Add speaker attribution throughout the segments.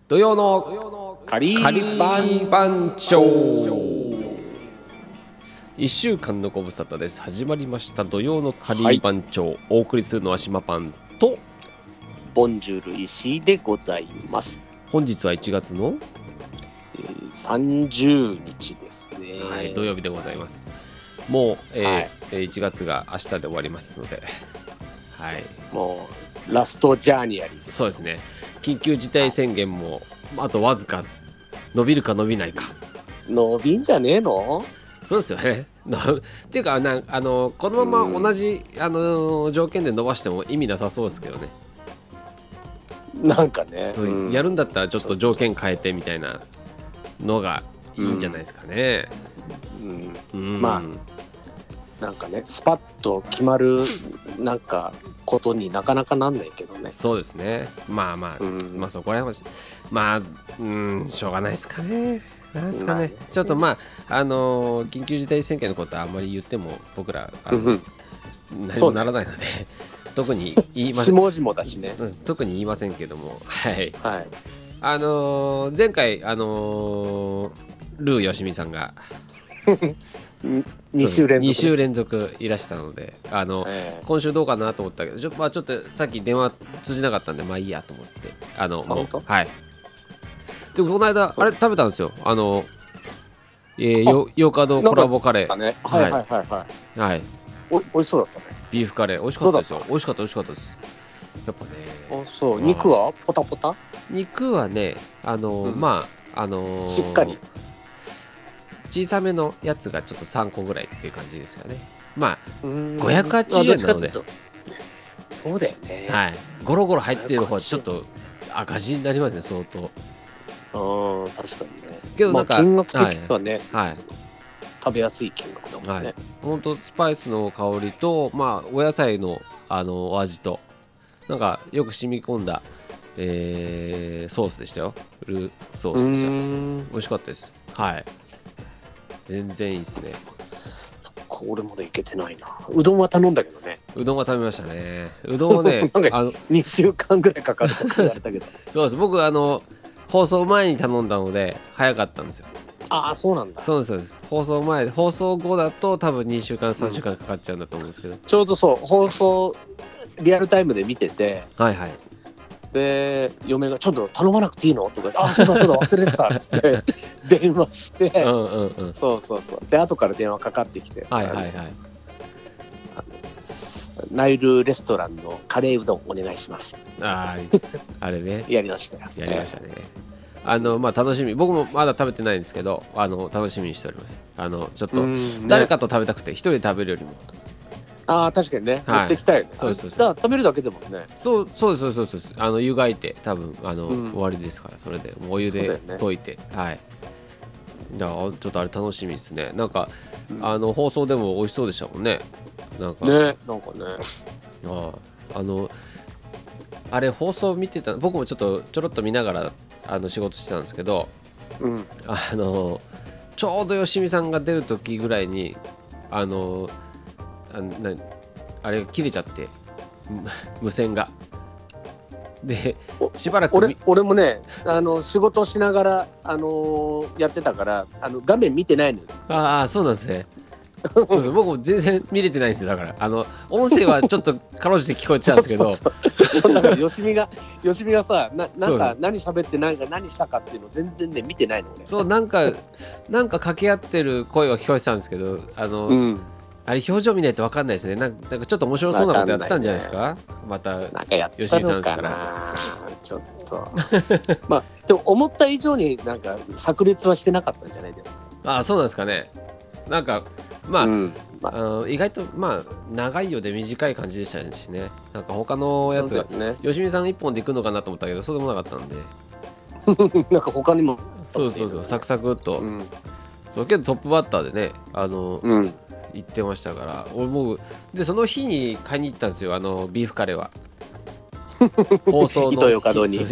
Speaker 1: 土曜の
Speaker 2: カリ
Speaker 1: カリ
Speaker 2: ー
Speaker 1: 番長1週間のご無沙汰です。始まりました土曜のカリ番長、お送りするのは島パンと
Speaker 2: ボンジュール石井でございます。
Speaker 1: 本日は1月の、
Speaker 2: 30日ですね。
Speaker 1: はい、土曜日でございます。もう、1月が明日で終わりますので、はい、
Speaker 2: もうラストジャーニアリーです。
Speaker 1: そうですね。緊急事態宣言もあとわずか、伸びるか伸びないか。
Speaker 2: 伸びんじゃねえの？
Speaker 1: そうですよね。っていうかこのまま同じ、条件で伸ばしても意味なさそうですけどね。
Speaker 2: なんかね、
Speaker 1: やるんだったらちょっと条件変えてみたいなのがいいんじゃないですかね。
Speaker 2: まあなんかね、スパッと決まるなんかことになかなかなんないけどね。
Speaker 1: そうですね。まあそこら辺はしょうがないですかね。なんですかね。ちょっと緊急事態宣言のことはあんまり言っても僕ら何もならないので特に言いません。
Speaker 2: 下々だしね。
Speaker 1: 特に言いませんけども、はい。
Speaker 2: はい。
Speaker 1: 前回ルーよしみさんが2週連続いらしたので今週どうかなと思ったけどちょっとさっき電話通じなかったんでまあいいやと思って
Speaker 2: 本当？
Speaker 1: はい。でこの間あれ食べたんですよ。ヨーカドーコラボカレー、はい
Speaker 2: おいしそうだったね。
Speaker 1: ビーフカレー美味しかったですよ。美味しかったですやっぱね。
Speaker 2: そう、肉はポタポタ？
Speaker 1: 肉はね
Speaker 2: しっかり
Speaker 1: 小さめのやつがちょっと3個ぐらいっていう感じですよね。まあ580円なので、
Speaker 2: そうだよね。
Speaker 1: はい、ゴロゴロ入ってる方はちょっと赤字になりますね相当。
Speaker 2: 確かにね。
Speaker 1: けどなんか、
Speaker 2: 金額的にはね、
Speaker 1: はい、
Speaker 2: 食べやすい金額だもんね。
Speaker 1: ほんとスパイスの香りとお野菜のお味となんかよく染み込んだソースでしたよ。ルーソースでした。美味しかったです。はい。全然いいですね。
Speaker 2: これまでいけてないな。うどんは頼んだけどね。
Speaker 1: うどんは食べましたね。うどんはね
Speaker 2: 2週間ぐらいかかると言われたけど
Speaker 1: そうです。僕放送前に頼んだので早かったんですよ。
Speaker 2: ああ、そうなんだ。
Speaker 1: そうです。放送後だと多分2週間3週間かかっちゃうんだと思うんですけど、
Speaker 2: ちょうどそう放送リアルタイムで見てて、
Speaker 1: はいはい。
Speaker 2: で嫁が「ちょっと頼まなくていいの?」とか言って「あ、そうだ忘れてた」っつって電話してそうで後から電話かかってきて、ナイルレストランのカレーうどんお願いします。
Speaker 1: あれね
Speaker 2: やりましたよ。
Speaker 1: やりましたね。楽しみ。僕もまだ食べてないんですけど楽しみにしております。ちょっと誰かと食べたくて一人で食べるよりも
Speaker 2: 確かにね、持ってきたいよね。
Speaker 1: そう
Speaker 2: 食べるだけでもね。
Speaker 1: そうです湯がいて多分終わりですから、それでお湯で溶いて、はい。いやちょっとあれ楽しみですね。なんか放送でも美味しそうでしたもんね。なんかねあれ放送見てた。僕もちょろっと見ながら仕事してたんですけど、ちょうどよしみさんが出る時ぐらいにあれ切れちゃって無線がでしばらく
Speaker 2: 俺もね仕事しながらやってたから画面見てないのよ。
Speaker 1: そうなんですね。そうです。僕も全然見れてないんですよ。だから音声はちょっとかろうじて聞こえてたんですけど
Speaker 2: だからよしみがさなんか何喋って何したかっていうの全然ね見てないのね。
Speaker 1: そうなんか掛け合ってる声は聞こえてたんですけどあれ表情見ないと分かんないですね。なんかちょっと面白そうなことやってたんじゃないですか。またよしみさんですから。
Speaker 2: ちょっとでも思った以上になんか炸裂はしてなかったんじゃないですか。
Speaker 1: そうなんですかね。なんか意外と長いようで短い感じでしたしね。なんか他のやつがよしみさん一本でいくのかなと思ったけどそうでもなかったんで
Speaker 2: なんか他にも
Speaker 1: そうサクサクっと、そうけどトップバッターでね言ってましたから、俺もでその日に買いに行ったんですよ。ビーフカレーは放送の
Speaker 2: イトーヨーカドーに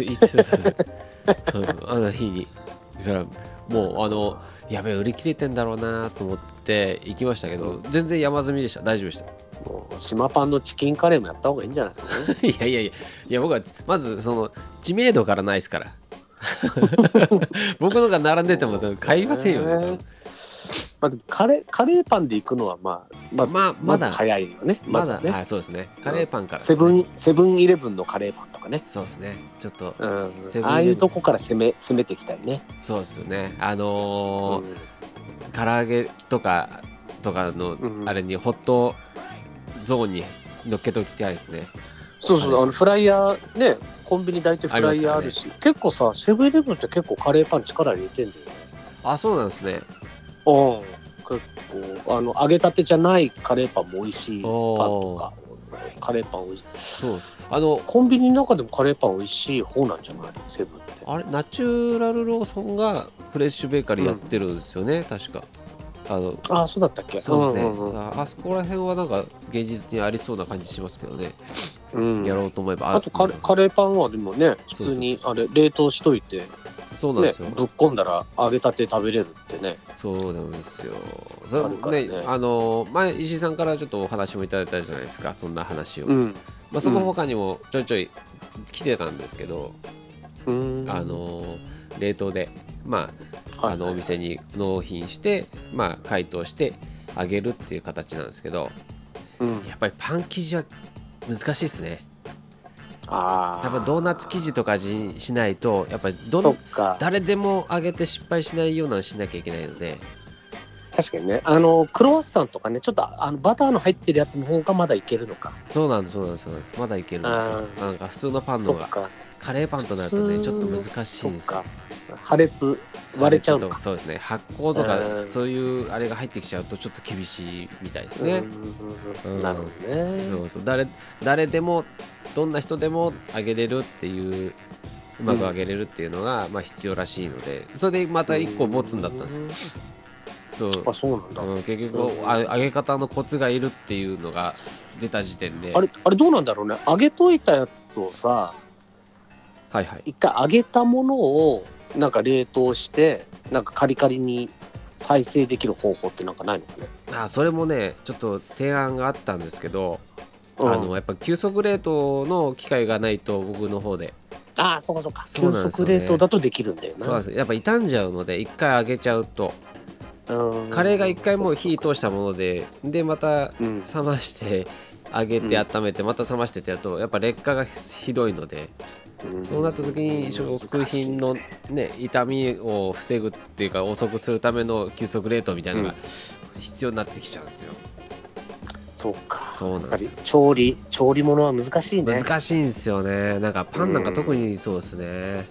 Speaker 1: 日にそしたらもうやべえ売り切れてんだろうなと思って行きましたけど、全然山積みでした。大丈夫でした。
Speaker 2: もう島パンのチキンカレーもやった方がいいんじゃないの？
Speaker 1: いや僕はまずその知名度からないですから僕のが並んでても買いませんよね。
Speaker 2: まあ、でもカレーパンで行くのはまだ早いよね。
Speaker 1: まだね、はい、そうですね。カレーパンから
Speaker 2: ですね。セブンイレブンのカレーパンとかね。
Speaker 1: そうですね。ちょっと、
Speaker 2: ああいうとこから攻めていきたいね。
Speaker 1: そうですね。唐揚げとかのあれにホットゾーンに乗っけておきたいですね。
Speaker 2: そうフライヤーね、コンビニ大体フライヤーあるし、結構さ、セブンイレブンって結構カレーパン力入れてんだよね。
Speaker 1: あ、そうなんですね。
Speaker 2: 結構揚げたてじゃないカレーパンも美味しいパンとか、カレーパン美味しい。そうコンビニの中でもカレーパン美味しい方なんじゃない、セブンって。
Speaker 1: あれナチュラルローソンがフレッシュベーカリーやってるんですよね、確か。
Speaker 2: そうだったっけ。
Speaker 1: そうですね、あそこら辺はなんか現実にありそうな感じしますけどね、やろうと思えば。
Speaker 2: あとカレーパンはでもね、普通に冷凍しといて、
Speaker 1: そうなんですよ、
Speaker 2: ぶっこんだら揚げたて食べれるってね。
Speaker 1: そうなんですよ。ね、前石井さんからちょっとお話もいただいたじゃないですか、そんな話を。その他にもちょいちょい来てたんですけど、冷凍でお店に納品して、解凍してあげるっていう形なんですけど、やっぱりパン生地は難しいですね。やっぱドーナツ生地とかにしないと、やっぱり誰でも揚げて失敗しないようなのしなきゃいけないので。
Speaker 2: 確かにね、クロワッサンとかね、ちょっとバターの入ってるやつの方がまだいけるのか。
Speaker 1: そうなんですまだいけるんですよ。なんか普通のパンのがカレーパンとなるとね、ちょっと難しいんですよ。
Speaker 2: 破裂割れちゃうのか。
Speaker 1: そうですね、発酵とかそういうあれが入ってきちゃうとちょっと厳しいみたいですね。
Speaker 2: なるほどね。
Speaker 1: そう誰でもどんな人でも揚げれるっていう、うまく揚げれるっていうのが必要らしいので、それでまた1個ボツになったんですよ。
Speaker 2: そうなんだ。
Speaker 1: 結局揚げ方のコツがいるっていうのが出た時点で、
Speaker 2: あれどうなんだろうね。揚げといたやつをさ、一回揚げたものをなんか冷凍してなんかカリカリに再生できる方法ってなんかないのかね。
Speaker 1: それもねちょっと提案があったんですけど、やっぱ急速冷凍の機械がないと、僕の方で。
Speaker 2: そうか。急速冷凍だとできるんだよな。
Speaker 1: そうです。やっぱ傷んじゃうので、一回揚げちゃうと、カレーが一回もう火通したものでまた冷まして揚げて温めてまた冷ましてってやると、やっぱ劣化がひどいので、そうなった時に食品のね傷みを防ぐっていうか遅くするための急速冷凍みたいなのが必要になってきちゃうんですよ。
Speaker 2: そうか。
Speaker 1: そうなんですよ。
Speaker 2: 調理物は難しいね。
Speaker 1: 難しいんですよね。なんかパンなんか特にそうですね。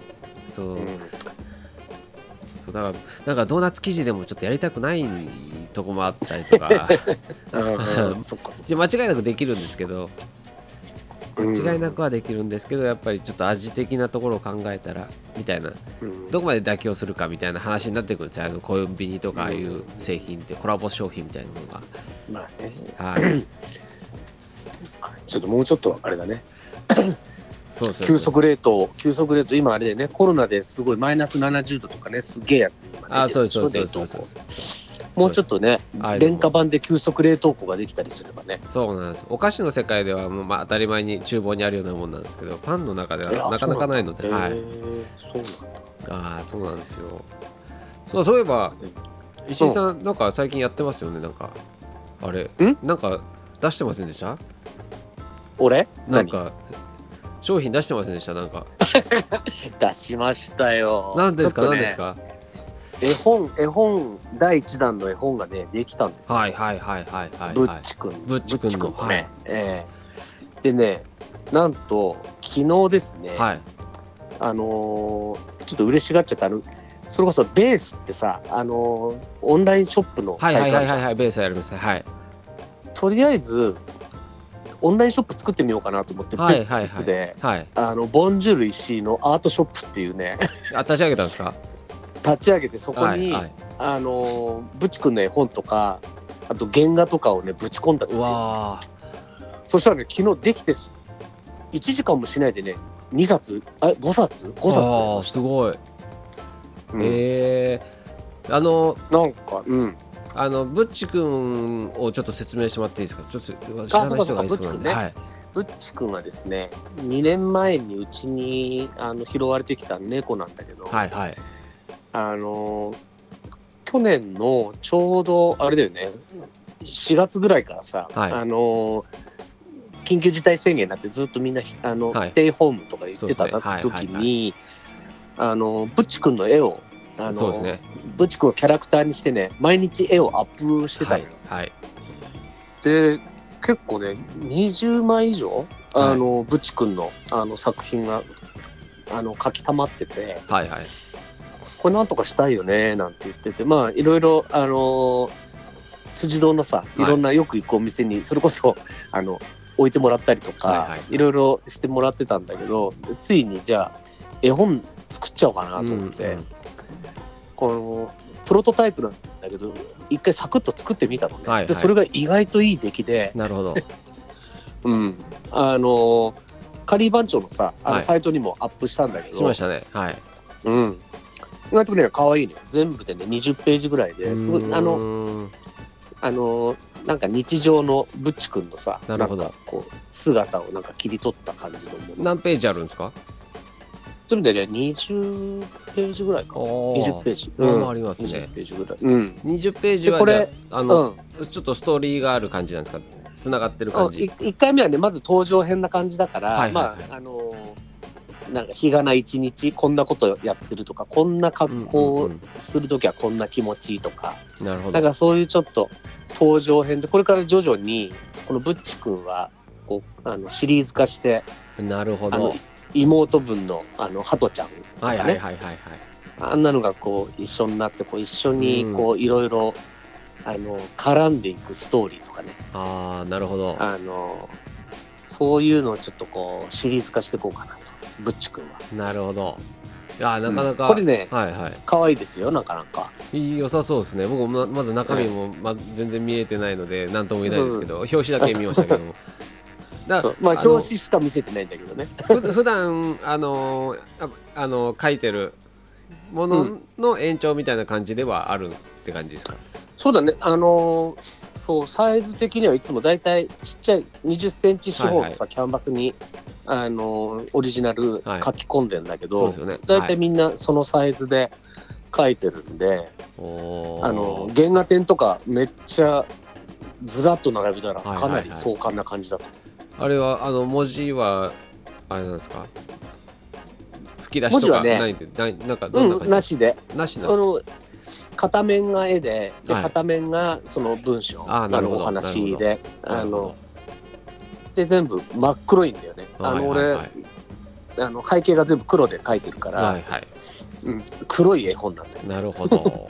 Speaker 1: だからなんかドーナツ生地でもちょっとやりたくないとこもあったりとか間違いなくできるんですけど、間違いなくはできるんですけど、やっぱりちょっと味的なところを考えたらみたいな、どこまで妥協するかみたいな話になってくるんですよ。コンビニとかああいう製品ってコラボ商品みたいなのが。
Speaker 2: ちょっともうちょっとあれだね。急速冷凍今あれでね、コロナですごいマイナス70度とかね、すげえやつ今ね。
Speaker 1: そう
Speaker 2: もうちょっとね、廉価版で急速冷凍庫ができたりすればね。
Speaker 1: そうなんです。お菓子の世界ではもう当たり前に厨房にあるようなもんなんですけど、パンの中ではなかなかないので。
Speaker 2: そうなん
Speaker 1: だ。そうなんですよ。そういえば石井さんなんか最近やってますよね。なんかあれなんか出してませんでした？
Speaker 2: 俺？
Speaker 1: なんか商品出してませんでした？なんか
Speaker 2: 出しましたよ。
Speaker 1: 何ですか？
Speaker 2: 絵本第1弾の絵本がねできたんですよ。
Speaker 1: はい。
Speaker 2: ブッチ君のね。でね、なんと昨日ですね。ちょっと嬉しがっちゃった。それこそベースってさ、オンラインショップのサイトあるじゃん。
Speaker 1: ベースやりますね。
Speaker 2: とりあえずオンラインショップ作ってみようかなと思って、ベースでボンジュール石井のアートショップっていうね
Speaker 1: 立ち上げたんですか？
Speaker 2: 立ち上げて、そこにブチ君の絵本とか、あと原画とかをねぶち込んだんですよ。そしたらね、昨日できて1時間もしないでね、5冊
Speaker 1: すごい。なんかブッチ君をちょっと説明してもらっていいですか？ちょっと知らない人がいそうなんで。
Speaker 2: ブッチ君はですね、2年前にうちに拾われてきた猫なんだけど、
Speaker 1: はいはい、
Speaker 2: 去年のちょうどあれだよね、4月ぐらいからさ、
Speaker 1: はい、
Speaker 2: 緊急事態宣言になってずっとみんなはい、ステイホームとか言ってた時に、ブッチ君の絵をそうですね、ブッチ君をキャラクターにしてね、毎日絵をアップしてたよ、
Speaker 1: はいはい、
Speaker 2: で結構ね20枚以上ブッチ君の作品が書き溜まってて、
Speaker 1: はいはい、
Speaker 2: これなんとかしたいよねなんて言ってて、まあいろいろ辻堂のさ、いろんなよく行くお店にそれこそ置いてもらったりとか、はいはい、いろいろしてもらってたんだけど、ついにじゃあ絵本作っちゃおうかなと思って、うんうん、このプロトタイプなんだけど一回サクッと作ってみたのね、はいはい、でそれが意外といい出来で、
Speaker 1: なるほど
Speaker 2: うんカリー番長のさサイトにもアップしたんだけど、
Speaker 1: しましたね、はい、
Speaker 2: うん、意外とね可愛いね、全部でね20ページぐらいですごいなんか日常のブッチ君のさ、
Speaker 1: なるほど、
Speaker 2: なんかこう姿をなんか切り取った感じのもの。
Speaker 1: 何ページあるんですか？
Speaker 2: それでね20ページぐらいか、20ページ、
Speaker 1: ありますね、
Speaker 2: 20ページぐらい、うん、
Speaker 1: 20ページはこれちょっとストーリーがある感じなんですか？つながってる感じ。
Speaker 2: 1回目はねまず登場編な感じだから、はいはいはい、まあなんか日がな一日こんなことやってるとか、こんな格好するときはこんな気持ちいいとか、
Speaker 1: なるほど、
Speaker 2: なんかそういうちょっと登場編で、これから徐々にこのブッチ君はこうシリーズ化して、
Speaker 1: なるほど、
Speaker 2: 妹分のハトちゃんとかね、
Speaker 1: はいはいはいはい、
Speaker 2: あんなのがこう一緒になってこう一緒にこういろいろ絡んでいくストーリーとかね、
Speaker 1: ああなるほど、
Speaker 2: そういうのをちょっとこうシリーズ化していこうかなと、ブッチ君は。
Speaker 1: なるほど、いやなかなか、
Speaker 2: これね、
Speaker 1: はいはい、
Speaker 2: 可愛いですよ、なかなか
Speaker 1: 良さそうですね。僕も まだ中身も、全然見えてないので何とも言えないですけど、表紙だけ見ましたけども
Speaker 2: まあ表紙しか見せてないんだけどね
Speaker 1: 普段書いてるものの延長みたいな感じではあるって感じですか？
Speaker 2: そうだね、そうサイズ的にはいつもだいたいちっちゃい20センチ四方のさ、はいはい、キャンバスにオリジナル書き込んでんだけど、だいたいみんなそのサイズで書いてるんで、原画展とかめっちゃずらっと並べたらかなり壮観な感じだと、
Speaker 1: あれは文字はあれなんですか？吹き出しとかないんで、なんかどんな感じ？
Speaker 2: なしで、
Speaker 1: なしなんですか？
Speaker 2: 片面が絵で、片面がその文章、お話で、で全部真っ黒いんだよね。俺背景が全部黒で描いてるから、はいはい、黒い絵本なんだよ。
Speaker 1: なるほど。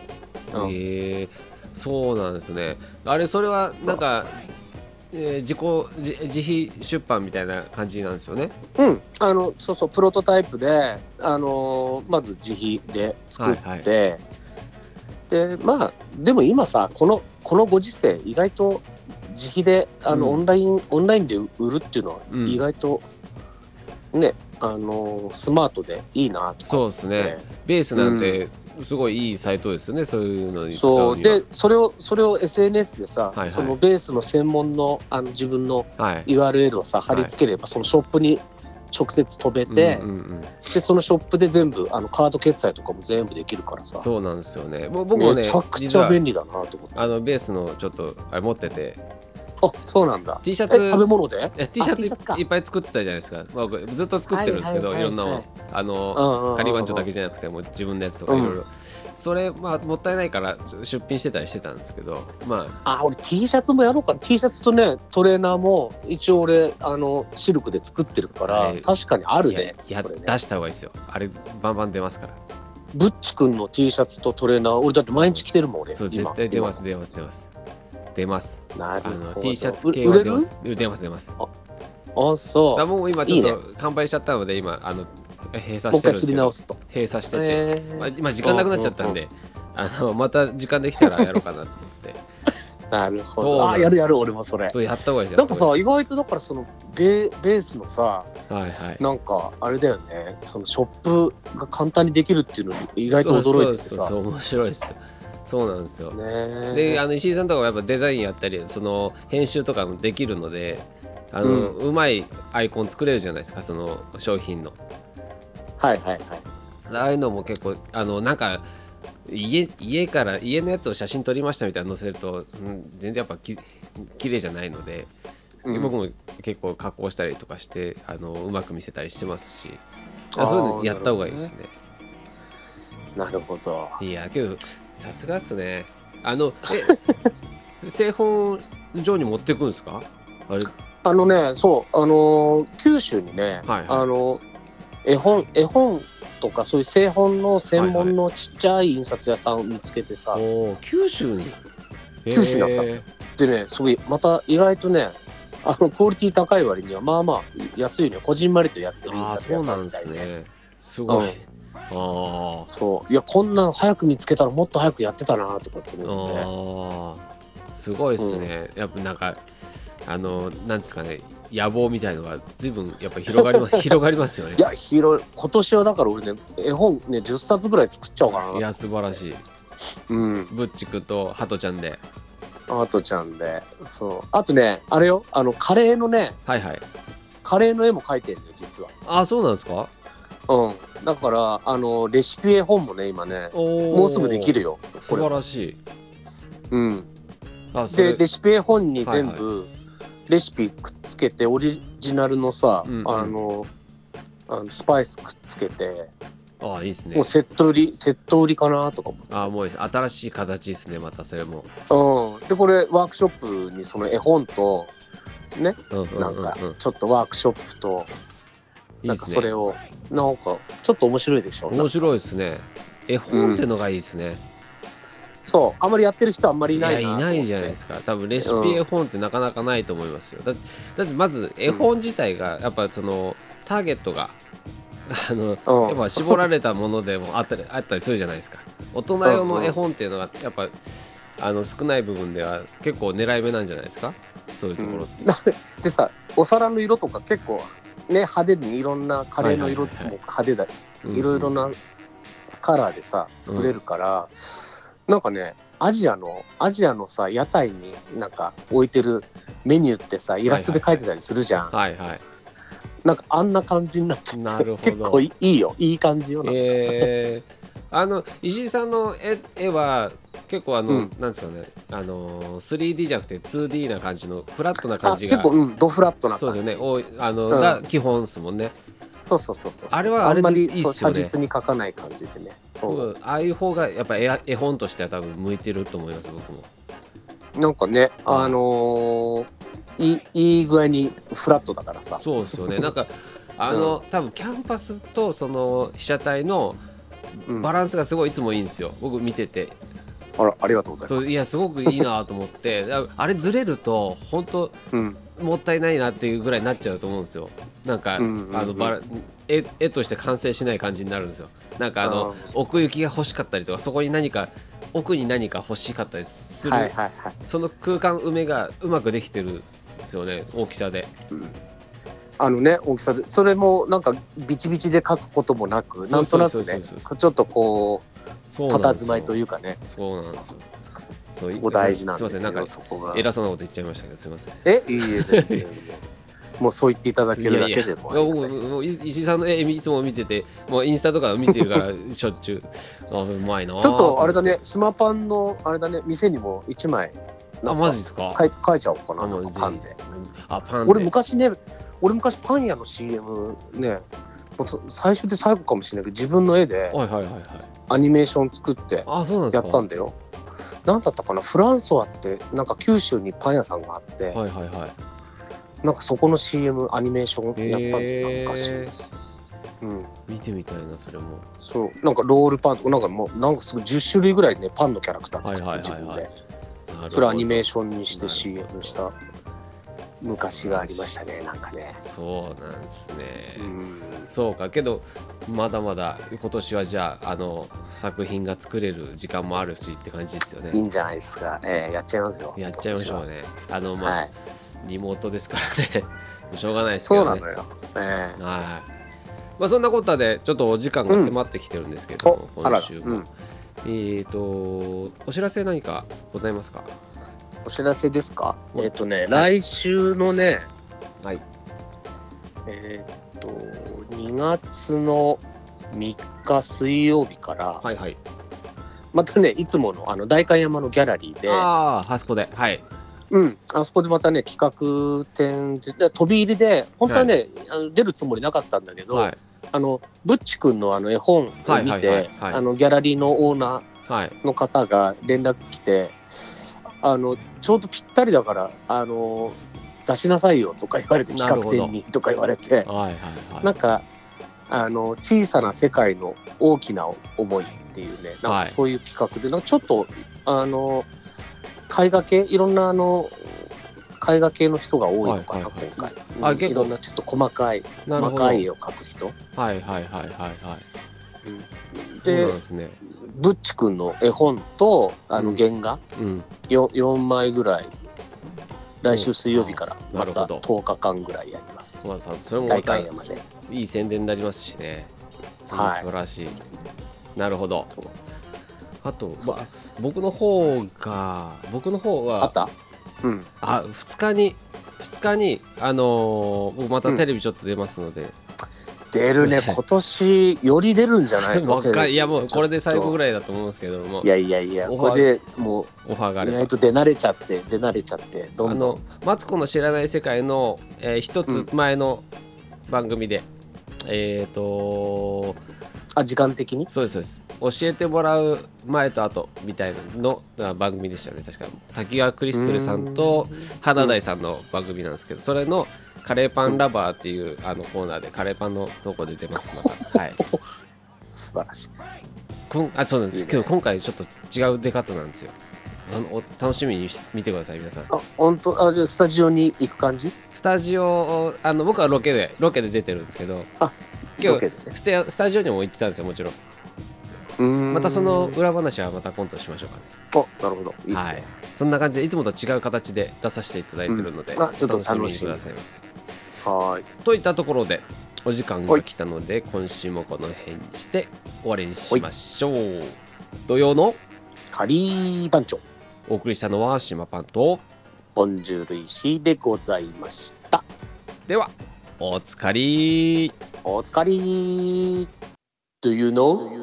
Speaker 1: そうなんですね。それはなんか自費出版みたいな感じなんですよね。
Speaker 2: うん、そうそう、プロトタイプでまず自費で作って、はいはい、でまあでも今さこのご時世意外と自費でオンラインで売るっていうのは意外と、ねスマートでいいなとか。
Speaker 1: そうですね。ベースなんてすごいいいサイトですよね、そういうのに使うには。
Speaker 2: そうでそれを SNS でさ、はいはい、そのベースの専門の自分の URL をさ、貼り付ければそのショップに直接飛べて、でそのショップで全部カード決済とかも全部できるからさ。
Speaker 1: そうなんですよね。僕もね、
Speaker 2: めちゃくちゃ便利だなと思って。
Speaker 1: ベースのちょっと持ってて。
Speaker 2: あ、そうなんだ。
Speaker 1: T シャツ
Speaker 2: 食べ物で
Speaker 1: ？T シャツいっぱい作ってたじゃないですか。僕ずっと作ってるんですけど、いろんなカリバンチョだけじゃなくても自分のやつとかいろいろ。それもったいないから出品してたりしてたんですけど、
Speaker 2: 俺 T シャツもやろうかな。 T シャツとねトレーナーも一応俺シルクで作ってるから確かにあるね。
Speaker 1: 出した方がいいですよ。あれバンバン出ますから。
Speaker 2: ブッチ君の T シャツとトレーナー俺だって毎日着てるもん俺。
Speaker 1: そう絶対出ます。
Speaker 2: なるほど。
Speaker 1: T シャツ系は出ます。
Speaker 2: あ、そう。
Speaker 1: もう今ちょっと完売しちゃったので今閉鎖してるんですけど、閉鎖してて、今時間なくなっちゃったんで、また時間できたらやろうかなと思って。
Speaker 2: なるほど。やる俺もそれ。
Speaker 1: そうやった方がいいですよ。
Speaker 2: なんかさ意外とだからそのベースのさ、
Speaker 1: はいはい、
Speaker 2: なんかあれだよね、そのショップが簡単にできるっていうのに意外と驚いててさ。
Speaker 1: そう面白いですよ。そうなんですよ。で石井さんとかはやっぱデザインやったりその編集とかもできるので。 うまいアイコン作れるじゃないですか、その商品の。
Speaker 2: はいはいはい。
Speaker 1: ああいうのも結構なんか家のやつを写真撮りましたみたいなの載せると、全然やっぱ綺麗じゃないので、僕も結構加工したりとかしてうまく見せたりしてますし、そういうのやった方がいいですね。
Speaker 2: なるほど。
Speaker 1: いやけどさすがっすね。製本所に持ってくんですか？あれ
Speaker 2: そう九州にね、
Speaker 1: はいはい、
Speaker 2: 絵本とかそういう製本の専門のちっちゃい印刷屋さんを見つけてさ、
Speaker 1: 九州に
Speaker 2: あったでね、すごいまた意外とねクオリティ高い割にはまあまあ安いのよ。こじんまりとやってる印刷屋さんみたいで。
Speaker 1: そうなんですね。すごい。
Speaker 2: そういや、こんなん早く見つけたらもっと早くやってたなとかって思って。
Speaker 1: すごいですね。やっぱなんかなんですかね、野望みたいのが随分やっぱ広がりますよね。
Speaker 2: いや今年はだから俺ね、絵本ね10冊ぐらい作っちゃおうかな。
Speaker 1: いや素晴らしい。ブッチ君とハトちゃんで。
Speaker 2: そう。あとね、あれよ、カレーのね、
Speaker 1: はいはい、
Speaker 2: カレーの絵も描いてるんだよ実は。
Speaker 1: そうなんですか？
Speaker 2: だからレシピ絵本もね今ねもうすぐできるよ。
Speaker 1: 素晴らしい。
Speaker 2: でレシピ絵本に全部レシピくっつけて、オリジナルのさ、スパイスくっつけて、
Speaker 1: いいですね。
Speaker 2: もうセット売りかなとか思って。
Speaker 1: もう新しい形ですね、またそれも。
Speaker 2: でこれワークショップにその絵本とね、なんかちょっとワークショップとなんかそれをなんかちょっと面白いでしょ。
Speaker 1: 面白いですね。絵本ってのがいいですね。
Speaker 2: そう、あんまりやってる人あんまりいないな。
Speaker 1: いないじゃないですか。多分レシピ絵本ってなかなかないと思いますよ。だってまず絵本自体がやっぱそのターゲットがやっぱ絞られたものでもあったりするじゃないですか。大人用の絵本っていうのがやっぱ少ない部分では結構狙い目なんじゃないですか、そういうところって。
Speaker 2: でさ、お皿の色とか結構ね派手にいろんなカレーの色も派手だり、いろいろなカラーでさ作れるから、なんかねアジアのさ屋台になんか置いてるメニューってさイラストで描いてたりするじゃん。なんかあんな感じになっちゃって、結構いいよ、いい感じよ。
Speaker 1: 石井さんの絵は結構なんですかね、3D じゃなくて 2D な感じのフラットな感じが
Speaker 2: 結構ドフラットな
Speaker 1: 感じ。そうですよね。が基本ですもんね。
Speaker 2: そう。
Speaker 1: あれはあれでいいっすよね。
Speaker 2: 写実に描かない感じでね。
Speaker 1: ああいう方がやっぱ絵本としては多分向いてると思います、僕も。
Speaker 2: なんかね、いい具合にフラットだからさ。
Speaker 1: そうですよね。なんか多分キャンパスとその被写体のバランスがすごいいつもいいんですよ、僕見てて。
Speaker 2: ありがとうございます。
Speaker 1: いやすごくいいなと思ってあれずれると本当、もったいないなっていうぐらいになっちゃうと思うんですよ。なんか絵として完成しない感じになるんですよ。なんか奥行きが欲しかったりとか、そこに奥に何か欲しかったりする、その空間埋めがうまくできてるんですよね、大きさで。
Speaker 2: 大きさでそれもなんかビチビチで描くこともなく、なんとなくねちょっとこう佇まいというかね。
Speaker 1: そうなんですよ。
Speaker 2: そこ大事なんですよ。
Speaker 1: すいません、なんか
Speaker 2: そこが
Speaker 1: 偉そうなこと言っちゃいましたけど、すいません。
Speaker 2: いい全然もうそう言っていただけるだけでも
Speaker 1: 石井さんの絵いつも見てて、もうインスタとか見てるからしょっちゅううまいな。
Speaker 2: ちょっとあれだね、島パンのあれだね、店にも1枚
Speaker 1: マジですか？
Speaker 2: 書いちゃおうかな、パンで。
Speaker 1: パンで。
Speaker 2: 俺昔パン屋の CM ね、最初で最後かもしれないけど自分の絵でアニメーション作ってやったんだよ。なんだったかな、フランソワってなんか九州にパン屋さんがあって、なんかそこの CM アニメーションやったんだよ昔。
Speaker 1: 見てみたいな、それも。
Speaker 2: そう、なんかロールパンとかなんかすごい10種類ぐらいねパンのキャラクター作って自分で、それアニメーションにして CM した昔がありましたね。なんかね。
Speaker 1: そうなんですね。そうか、けどまだまだ今年はじゃあ作品が作れる時間もあるしって感じですよね。
Speaker 2: いいんじゃないですか。やっちゃいますよ。
Speaker 1: やっちゃいましょうね。リモートですからねしょうがないですけどね。
Speaker 2: そうなのよ。
Speaker 1: まあそんなことでちょっとお時間が迫ってきてるんですけども、今週もお知らせ何かございますか？
Speaker 2: お知らせですか？来週のね
Speaker 1: はい。
Speaker 2: 2月の3日水曜日から、
Speaker 1: はいはい。
Speaker 2: またね、いつもの代官山のギャラリーで、
Speaker 1: あそこで、はい。
Speaker 2: あそこでまたね、企画展で、飛び入りで、本当はね、出るつもりなかったんだけど、はい、ブッチ君の絵本を見て、ギャラリーのオーナーの方が連絡来て、ちょうどぴったりだから、出しなさいよとか言われて、企画展にとか言われて、なんか、小さな世界の大きな思いっていうね、なんかそういう企画で、ちょっと、絵画系、いろんな絵画系の人が多いのかな、今回。いろんなちょっと細かい絵を描く人。で、ブッチ君の絵本と原画、4枚ぐらい、来週水曜日からまた10日間ぐらいやります。
Speaker 1: それもまたいい宣伝になりますしね。素晴らしい。なるほど。あと、僕の方は
Speaker 2: あった、
Speaker 1: 2日に僕またテレビちょっと出ますので、
Speaker 2: 出るね。今年より出るんじゃないの？
Speaker 1: いや、もうこれで最後ぐらいだと思うんですけども、
Speaker 2: いやこれでもう
Speaker 1: オファーがあれば、
Speaker 2: 意外と出慣れちゃってどんどん
Speaker 1: マツコの知らない世界の一つ前の番組で、
Speaker 2: 時間的に
Speaker 1: そうです教えてもらう前と後みたいなの番組でしたね。確か滝川クリステルさんと花大さんの番組なんですけど、それのカレーパンラバーっていうコーナーでカレーパンのとこで出ます。またはい
Speaker 2: 素晴らしい。
Speaker 1: そうなんですけど、今回ちょっと違う出方なんですよ。楽しみに見てください皆さん。
Speaker 2: 本当？じゃあスタジオに行く感じ？
Speaker 1: スタジオ僕はロケで出てるんですけど、今日スタジオにも行ってたんですよ、もちろん。またその裏話はまた今度しましょうかね。
Speaker 2: なるほど、いいですね。
Speaker 1: そんな感じでいつもと違う形で出させていただいてるので、
Speaker 2: ちょっと楽しみにください。
Speaker 1: といったところでお時間が来たので、今週もこの辺にして終わりにしましょう。土曜の
Speaker 2: カリー番長、
Speaker 1: お送りしたのは島パンと
Speaker 2: ボンジュール石井でございました。
Speaker 1: ではおつかり。
Speaker 2: おつかり。Do you know?